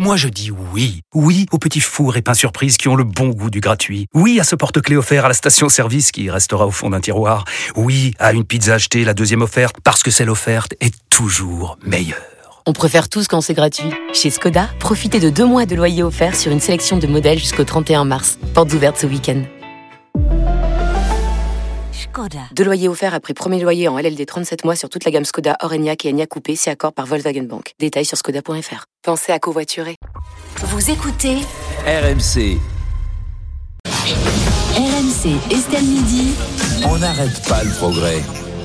Moi je dis oui. Oui aux petits fours et pains surprises qui ont le bon goût du gratuit. Oui à ce porte-clés offert à la station-service qui restera au fond d'un tiroir. Oui à une pizza achetée, la deuxième offerte, parce que celle offerte est toujours meilleure. On préfère tous quand c'est gratuit. Chez Skoda, profitez de 2 mois de loyer offert sur une sélection de modèles jusqu'au 31 mars. Portes ouvertes ce week-end. 2 loyers offerts après premier loyer en LLD 37 mois sur toute la gamme Skoda, Orenia et Enyaq Coupé, si accord par Volkswagen Bank. Détails sur skoda.fr. Pensez à covoiturer. Vous écoutez RMC. RMC Estelle Midi. On n'arrête pas le progrès.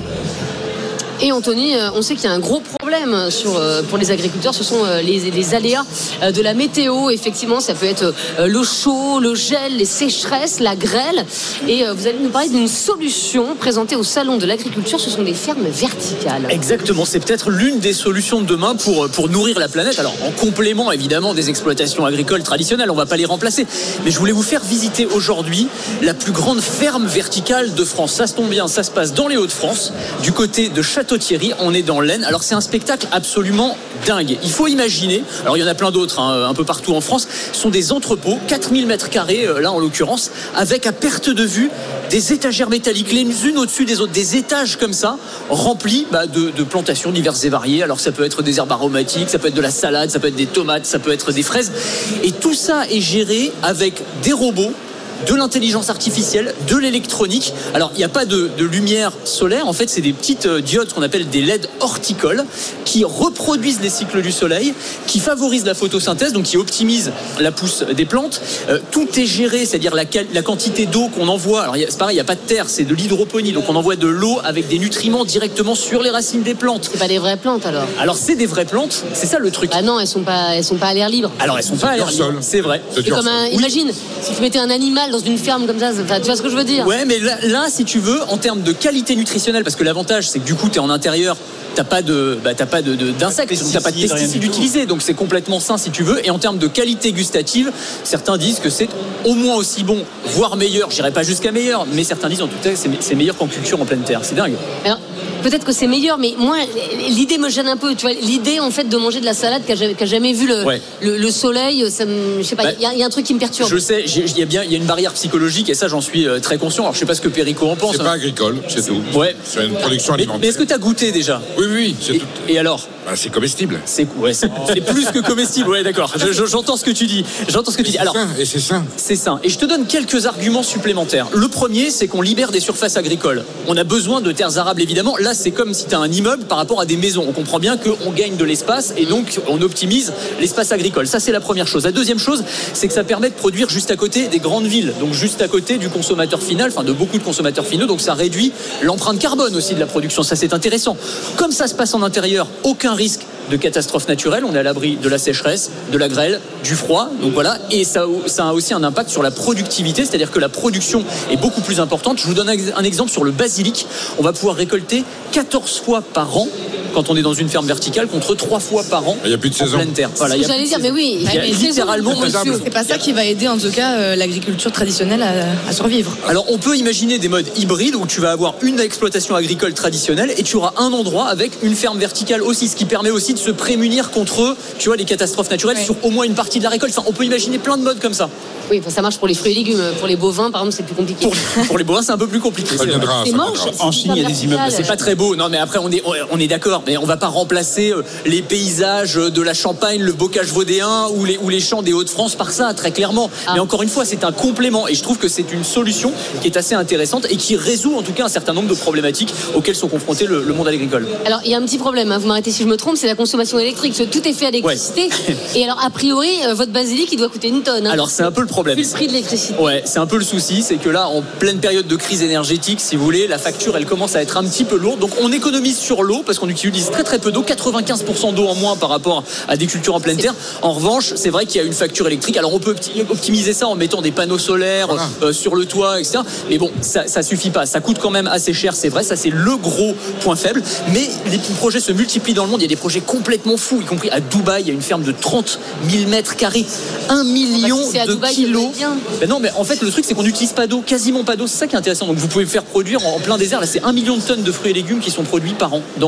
Et Anthony, on sait qu'il y a un gros problème pour les agriculteurs, ce sont les aléas de la météo. Effectivement, ça peut être le chaud, le gel, les sécheresses, la grêle. Et vous allez nous parler d'une solution présentée au Salon de l'Agriculture, ce sont des fermes verticales. Exactement, c'est peut-être l'une des solutions de demain pour nourrir la planète. Alors en complément évidemment des exploitations agricoles traditionnelles, on ne va pas les remplacer. Mais je voulais vous faire visiter aujourd'hui la plus grande ferme verticale de France. Ça se tombe bien, ça se passe dans les Hauts-de-France, du côté de Château-Thierry, on est dans l'Aisne. Alors c'est un spectacle absolument dingue. Il faut imaginer, alors il y en a plein d'autres un peu partout en France, ce sont des entrepôts, 4000 mètres carrés là en l'occurrence, avec à perte de vue des étagères métalliques, les unes au-dessus des autres, des étages comme ça, remplis de plantations diverses et variées. Alors ça peut être des herbes aromatiques, ça peut être de la salade, ça peut être des tomates, ça peut être des fraises. Et tout ça est géré avec des robots, de l'intelligence artificielle, de l'électronique. Alors il n'y a pas de lumière solaire, en fait c'est des petites diodes qu'on appelle des LED horticoles qui reproduisent les cycles du soleil, qui favorisent la photosynthèse, donc qui optimisent la pousse des plantes. Tout est géré, c'est-à-dire la quantité d'eau qu'on envoie. Alors c'est pareil, il n'y a pas de terre, c'est de l'hydroponie, donc on envoie de l'eau avec des nutriments directement sur les racines des plantes. C'est pas des vraies plantes alors? Alors c'est des vraies plantes, c'est ça le truc. Ah non, elles sont pas à l'air libre. Alors elles sont pas à l'air libre, c'est vrai. Imagine, si tu mettais un animal dans une ferme comme ça, tu vois ce que je veux dire? Ouais, mais là, si tu veux, en termes de qualité nutritionnelle, parce que l'avantage, c'est que du coup, tu es en intérieur, t'as pas d'insectes, t'as pas de pesticides utilisés, donc c'est complètement sain si tu veux. Et en termes de qualité gustative, certains disent que c'est au moins aussi bon, voire meilleur. J'irai pas jusqu'à meilleur, mais certains disent en tout cas que c'est meilleur qu'en culture en pleine terre. C'est dingue. Alors, peut-être que c'est meilleur, mais moi, l'idée me gêne un peu. Tu vois, l'idée en fait de manger de la salade qui a jamais vu le soleil, ça me, je sais pas. Il y a un truc qui me perturbe. Je sais, il y a une barrière psychologique et ça, j'en suis très conscient. Alors, je sais pas ce que Perico en pense. C'est pas agricole, c'est tout. Ouais. C'est une production alimentaire. Mais est-ce que tu as goûté déjà? Oui, c'est tout. Et alors? C'est comestible. C'est plus que comestible. Ouais, d'accord. J'entends ce que tu dis. Alors, c'est sain. C'est sain. Et je te donne quelques arguments supplémentaires. Le premier, c'est qu'on libère des surfaces agricoles. On a besoin de terres arables, évidemment. Là, c'est comme si tu as un immeuble par rapport à des maisons. On comprend bien qu'on gagne de l'espace et donc on optimise l'espace agricole. Ça, c'est la première chose. La deuxième chose, c'est que ça permet de produire juste à côté des grandes villes. Donc juste à côté du consommateur final, enfin de beaucoup de consommateurs finaux. Donc ça réduit l'empreinte carbone aussi de la production. Ça, c'est intéressant. Comme ça se passe en intérieur, aucun risque de catastrophe naturelle, on est à l'abri de la sécheresse, de la grêle, du froid, donc voilà, et ça a aussi un impact sur la productivité, c'est-à-dire que la production est beaucoup plus importante. Je vous donne un exemple sur le basilic, on va pouvoir récolter 14 fois par an quand on est dans une ferme verticale contre 3 fois par an. Il n'y a plus de saison. En pleine terre. Voilà, j'allais dire, mais oui, il y a littéralement, monsieur. C'est pas ça qui va aider en tout cas l'agriculture traditionnelle à survivre. Alors on peut imaginer des modes hybrides où tu vas avoir une exploitation agricole traditionnelle et tu auras un endroit avec une ferme verticale aussi, ce qui permet aussi de se prémunir contre, tu vois, les catastrophes naturelles sur au moins une partie de la récolte. Enfin, on peut imaginer plein de modes comme ça. Oui, ça marche pour les fruits et légumes. Pour les bovins, par exemple, c'est plus compliqué. Pour les bovins, c'est un peu plus compliqué. C'est moche. En Chine, il y a des immeubles. C'est pas très beau. Non, mais après, on est d'accord. Mais on va pas remplacer les paysages de la Champagne, le bocage vaudéen ou les champs des Hauts-de-France par ça, très clairement. Mais encore une fois, c'est un complément. Et je trouve que c'est une solution qui est assez intéressante et qui résout en tout cas un certain nombre de problématiques auxquelles sont confrontés le monde agricole. Alors, il y a un petit problème. Vous m'arrêtez si je me trompe, c'est la consommation électrique. Tout est fait à l'électricité. Ouais. Et alors, a priori, votre basilic, il doit coûter une tonne. Alors, c'est un peu le problème. Vu le prix de l'électricité. Ouais, c'est un peu le souci, c'est que là, en pleine période de crise énergétique, si vous voulez, la facture, elle commence à être un petit peu lourde. Donc, on économise sur l'eau parce qu'on utilise très très peu d'eau, 95% d'eau en moins par rapport à des cultures en pleine terre. En revanche, c'est vrai qu'il y a une facture électrique. Alors, on peut optimiser ça en mettant des panneaux solaires sur le toit, etc. Mais bon, ça suffit pas. Ça coûte quand même assez cher, c'est vrai. Ça, c'est le gros point faible. Mais les projets se multiplient dans le monde. Il y a des projets complètement fous, y compris à Dubaï. Il y a une ferme de 30 000 mètres carrés, 1 million de kilos. Ben non, mais en fait, le truc, c'est qu'on n'utilise pas d'eau, quasiment pas d'eau. C'est ça qui est intéressant. Donc, vous pouvez faire produire en plein désert. Là, c'est 1 million de tonnes de fruits et légumes qui sont produits par an dans cette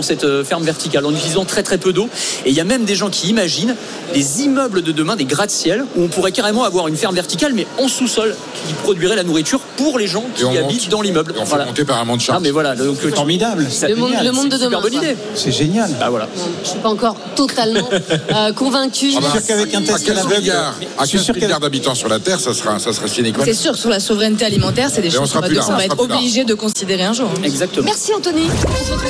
ferme verticale en utilisant très très peu d'eau. Et il y a même des gens qui imaginent des immeubles de demain, des gratte-ciel, où on pourrait carrément avoir une ferme verticale, mais en sous-sol, qui produirait la nourriture pour les gens qui habitent dans l'immeuble. Et on fait monter par un monte-charge. Ah, mais voilà, donc formidable. Le monde de demain. Super bonne idée. C'est génial. Bah voilà. Je suis pas encore totalement convaincue. Je suis sûr qu'avec un test à l'aveugle, à 15 milliards d'habitants sur la Terre, ça sera sine qua non. C'est sûr, sur la souveraineté alimentaire, c'est des Mais on choses sera plus là, qu'on va on être sera plus là. obligé de considérer un jour. Exactement. Merci Anthony. On se retrouve